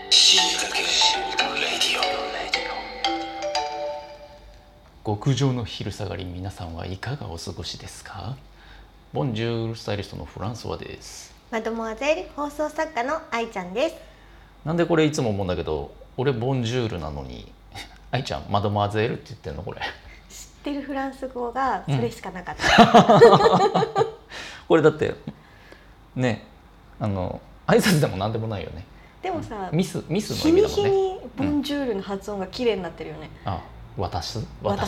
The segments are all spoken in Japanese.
極上の昼下がり、皆さんはいかがお過ごしですか？ボンジュールスタイリストのフランソワです。 マドモアゼル放送作家の愛ちゃんです。 なんでこれいつも思うんだけど、俺ボンジュールなのに愛ちゃんマドモアゼルって言ってんの？これ知ってるフランス語がそれしかなかった、 これだってね、挨拶でもなんでもないよね。 でもさ、 ミスの意日に日味だもんね。 にボンジュールの発音が綺麗になってるよね。 渡す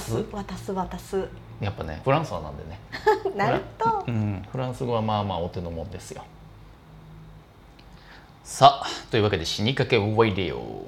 やっぱね、フランスはなんでねなると、 フランス語はまあまあお手のもんですよ。さあ、というわけで死にかけウェイディオ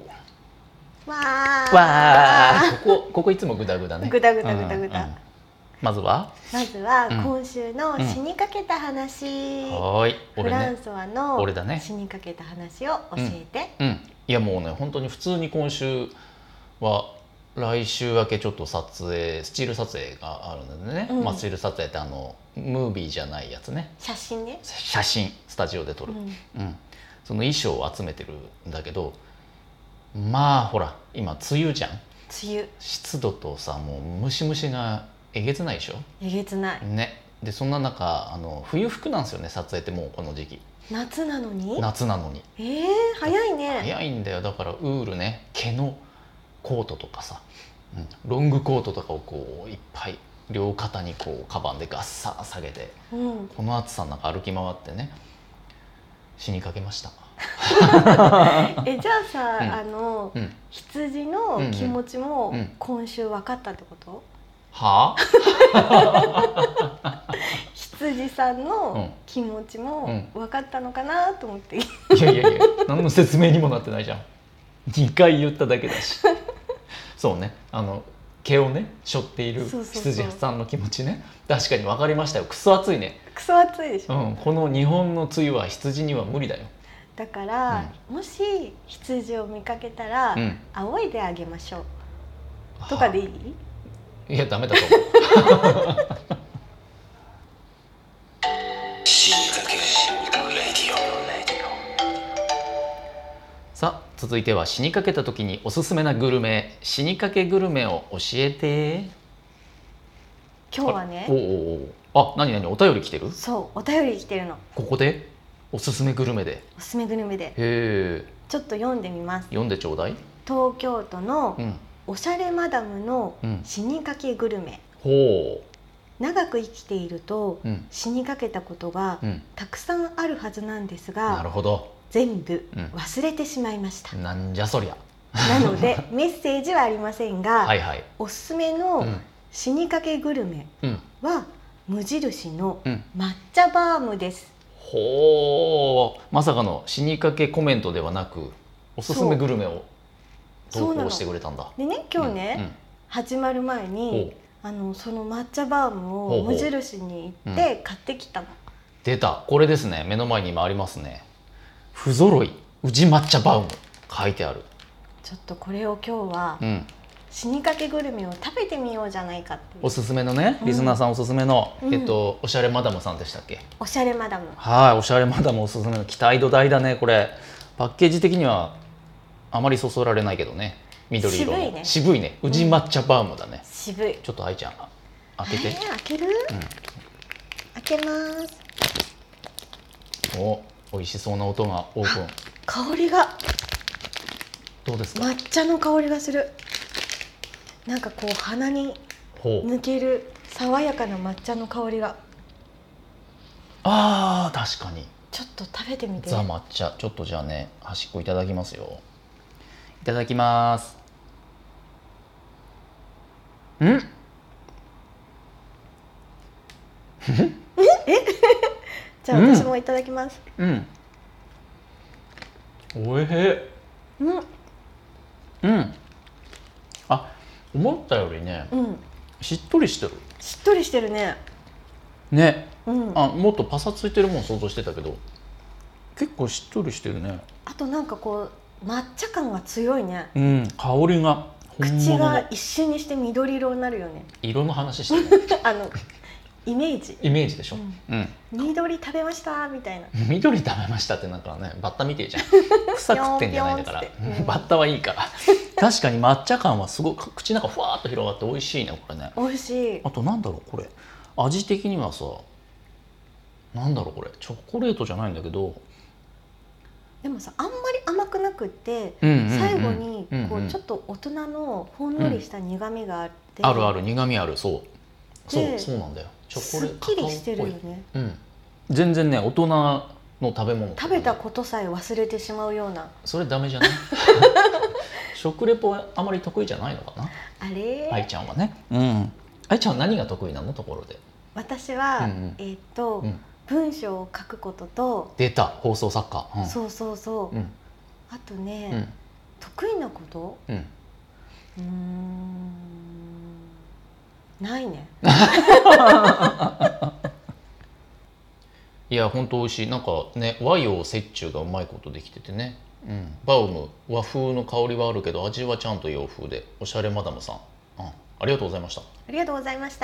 ここいつもグダグダね。 グダグダ。 まずは今週の死にかけた話、フランソワの死にかけた話を教えて。 いやもうね、本当に普通に今週は来週明けちょっとスチール撮影があるのでね、スチール撮影ってムービーじゃないやつね、写真スタジオで撮る、その衣装を集めてるんだけど、まあほら今梅雨じゃん。湿度とさ、もうムシムシがえげつないでしょ。 えげつないね。でそんな中冬服なんですよね、撮影って。もうこの時期夏なのに早いね。 早いんだよ。だからウールね、毛のコートとかさ、ロングコートとかをこういっぱい両肩にこうカバンでガッサー下げて、この暑さの中歩き回ってね、死にかけました。 じゃあさ、羊の気持ちも今週分かったってこと？ はあ？羊さんの気持ちも分かったのかなと思って。 いや何の説明にもなってないじゃん。2回言っただけだし。そうね、毛をね背負っている羊さんの気持ちね、確かに分かりましたよ。クソ暑いね。 クソ暑いでしょ。 この日本の梅雨は羊には無理だよ。 だから、もし羊を見かけたら、仰いであげましょうとかでいい？ いやダメだと思う。さあ、続いては死にかけた時におすすめなグルメ、死にかけグルメを教えて。 今日はね、 何お便り来てる？ そう、お便り来てるの。 ここでおすすめグルメで。 へえ。ちょっと読んでみます。 読んでちょうだい。 東京都のおしゃれマダムの死にかけグルメ。長く生きていると死にかけたことがたくさんあるはずなんですが、 なるほど、 全部忘れてしまいました。 なんじゃそりゃ。 なのでメッセージはありませんが、おすすめの死にかけグルメは無印の抹茶バームです。 まさかの死にかけコメントではなく、おすすめグルメを投稿してくれたんだ。 でね、今日ね、始まる前にその抹茶バームを無印に行って買ってきたの。 出た、これですね。目の前に今ありますね。不揃い宇治抹茶バウム書いてある。 ちょっとこれを今日は死にかけグルメを食べてみようじゃないかっていう。 おすすめのね、リスナーさんおすすめの、おしゃれマダムさんでしたっけ？ おしゃれマダム。 はい、おしゃれマダムおすすめの期待度大だね。これパッケージ的にはあまりそそられないけどね、緑色の渋いね、宇治抹茶バウムだね。 渋い。 ちょっと愛ちゃん開けて。 開ける？開けます。 美味しそうな音がオープン。 香りがどうですか？ 抹茶の香りがする。なんかこう鼻に抜ける爽やかな抹茶の香りが。 確かに。 ちょっと食べてみて。 ザ抹茶。ちょっとじゃあね、端っこいただきますよ。いただきます。 じゃあ私もいただきます。 おいしい。思ったよりね、しっとりしてる。 しっとりしてるね。 ね、もっとパサついてるもん想像してたけど、結構しっとりしてるね。あとなんかこう抹茶感が強いね。 香りが口が一瞬にして緑色になるよね。 色の話してる。 イメージでしょ、うん、 緑食べましたみたいな。 緑食べましたってなんかねバッタみてえじゃん草食ってんじゃないんだから、バッタはいいから確かに抹茶感はすごい口の中ふわーっと広がって美味しいねこれね。 美味しい。 あとなんだろうこれ味的にはさなんだろうこれチョコレートじゃないんだけどでもさあんまり甘くなくって、最後にこうちょっと大人のほんのりした苦みがあって、 あるある苦みあるそうなんだよ。チョコレートすっきりしてるよね。 全然ね大人の食べ物食べたことさえ忘れてしまうような。 それダメじゃない食レポはあまり得意じゃないのかなあれ愛ちゃんはね。愛ちゃんは何が得意なのところで。 私は文章を書くことと出た放送作家、 そう、あとね、得意なこと、ないねいや本当美味しい。なんかね和洋折衷がうまいことできててね、バウム和風の香りはあるけど味はちゃんと洋風でおしゃれマダムさん、ありがとうございました。 ありがとうございました。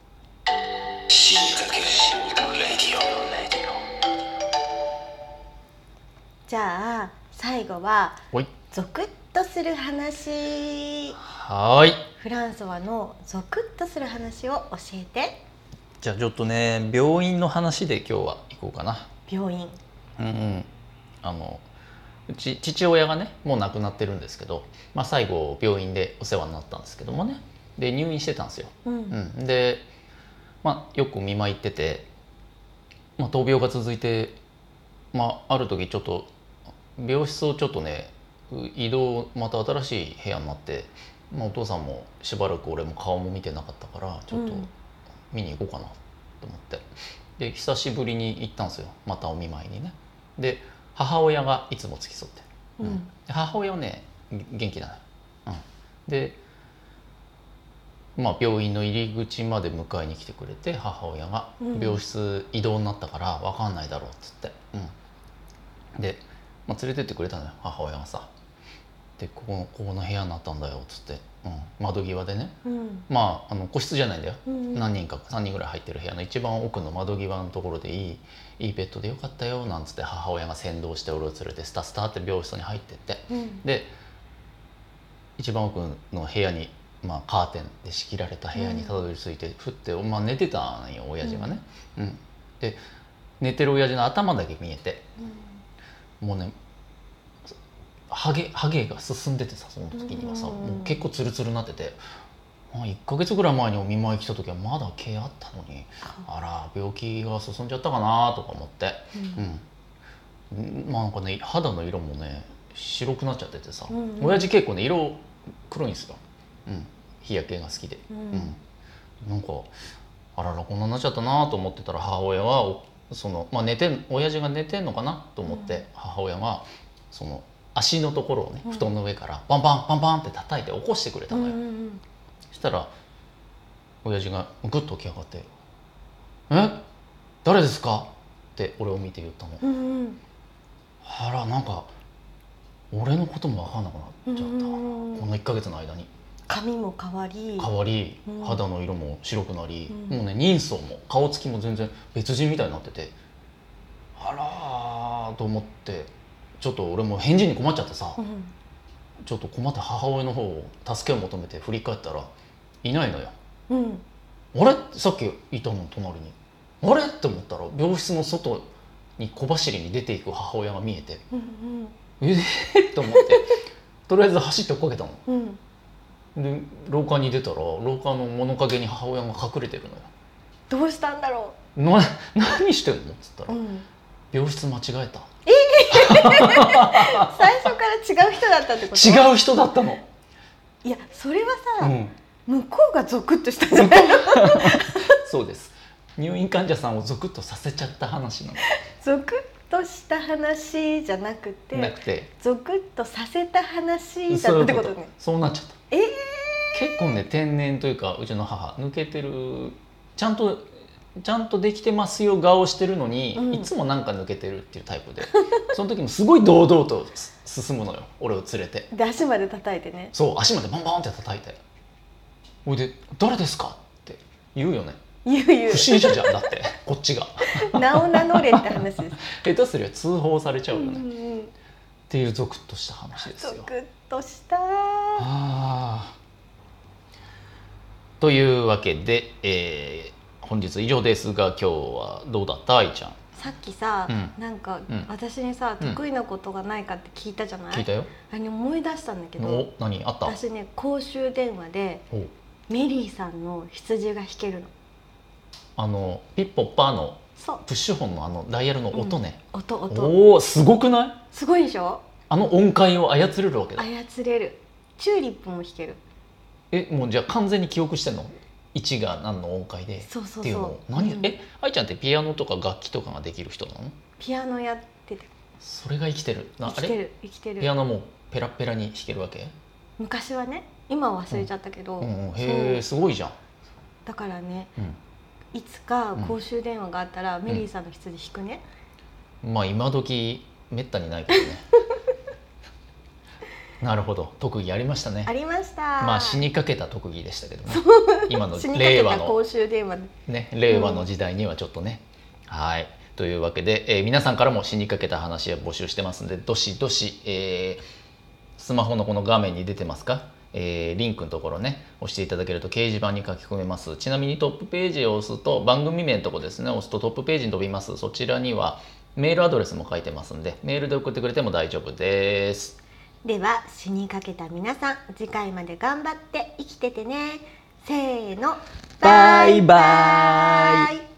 じゃあ最後はゾクッとする話。 はい。 フランソワのゾクッとする話を教えて。 じゃあちょっとね病院の話で今日は行こうかな。 病院。 うち父親がねもう亡くなってるんですけど、最後病院でお世話になったんですけどもね、で入院してたんですよ。で、よく見舞い行ってて、闘病が続いて、ある時ちょっと病室をちょっとね移動また新しい部屋になって、お父さんもしばらく俺も顔も見てなかったからちょっと見に行こうかなと思って、で久しぶりに行ったんですよまたお見舞いにね。で母親がいつも付き添って、母親はね元気なのよ。で病院の入り口まで迎えに来てくれて母親が、病室移動になったから分かんないだろうっつって、で、連れてってくれたのよ母親がさ。でこの部屋になったんだよっつって、窓際でね、個室じゃないんだよ、何人か3人ぐらい入ってる部屋の一番奥の窓際のところでいいベッドでよかったよなんつって母親が先導して俺を連れてスタスタって病室に入ってって、で一番奥の部屋にカーテンで仕切られた部屋にたどり着いて、ふって寝てたんよ親父がね。で寝てる親父の頭だけ見えて、もうねハゲが進んでてさ、その時にはさ、もう結構ツルツルになってて、1ヶ月ぐらい前にお見舞い来た時はまだ毛あったのに、あら病気が進んじゃったかなとか思って、なんかね肌の色もね白くなっちゃっててさ、親父結構ね色黒いんですよ。日焼けが好きで、なんかあららこんなになっちゃったなと思ってたら、母親は親父が寝てんのかなと思って、母親がその足のところをね布団の上からバンバンバンバンって叩いて起こしてくれたのよ。そしたら親父がグッと起き上がって「え誰ですか?」って俺を見て言ったの。あらなんか俺のことも分かんなくなっちゃった、この1ヶ月の間に。 髪も変わり、 肌の色も白くなり、もうね人相も顔つきも全然別人みたいになってて、あらーと思って、ちょっと俺も返事に困っちゃってさ、ちょっと困って母親の方を助けを求めて振り返ったらいないのよ。あれさっきいたの隣に、あれって思ったら病室の外に小走りに出ていく母親が見えて、と思ってとりあえず走って追っかけたの。で廊下に出たら廊下の物陰に母親が隠れてるのよ。 どうしたんだろう。 何してんのっつったら、病室間違えた。 最初から違う人だったってこと？ 違う人だったの。 いやそれはさ、向こうがゾクッとしたんじゃないの？ そうです。入院患者さんをゾクッとさせちゃった話なの。 ゾクッとした話じゃなくてゾクッとさせた話だったってことね。 そうなっちゃった。結構ね天然というか、うちの母抜けてる、ちゃんとできてますよ顔してるのに、いつもなんか抜けてるっていうタイプで、その時もすごい堂々と進むのよ俺を連れて。 で足まで叩いてね。 そう足までバンバンって叩いて、おいで誰ですかって言うよね。 言う不審者じゃん、だってこっちが名を名乗れって話です。 下手すりゃ通報されちゃうよね、っていうゾクッとした話ですよ。 ゾクッとした。 というわけで、本日以上ですが、今日はどうだった愛ちゃん。 さっきさ、なんか、私にさ得意なことがないかって聞いたじゃない？ 聞いたよ。 あれ思い出したんだけど、 何あった？ 私ね、公衆電話でメリーさんの羊が弾けるの。ピッポッパーのプッシュホンのダイヤルの音ね、 音。 おお、すごくない？ すごいでしょ？ 音階を操れるわけだ。 操れる。チューリップも弾ける。 もうじゃあ完全に記憶してんの？1が何の音階でっていうのを。愛ちゃんってピアノとか楽器とかができる人なの？ ピアノやってて。 それが生きてる。 生きてる。 ピアノもペラペラに弾けるわけ？ 昔はね、今は忘れちゃったけど。 へえ、すごいじゃん。 だからね、いつか公衆電話があったらメリーさんの羊弾くね。 まあ今時めったにないけどねなるほど、特技ありましたね。 ありました。 まあ死にかけた特技でしたけどね今の令和の公衆電話ね、令和の時代にはちょっとね。はい、というわけで、皆さんからも死にかけた話を募集してますんで、どしどし、スマホのこの画面に出てますか、リンクのところね、押していただけると掲示板に書き込めます。ちなみにトップページを押すと、番組名のところですね、押すとトップページに飛びます。そちらにはメールアドレスも書いてますんで、メールで送ってくれても大丈夫です。 では死にかけた皆さん、次回まで頑張って生きててね。せーの、バイバイ。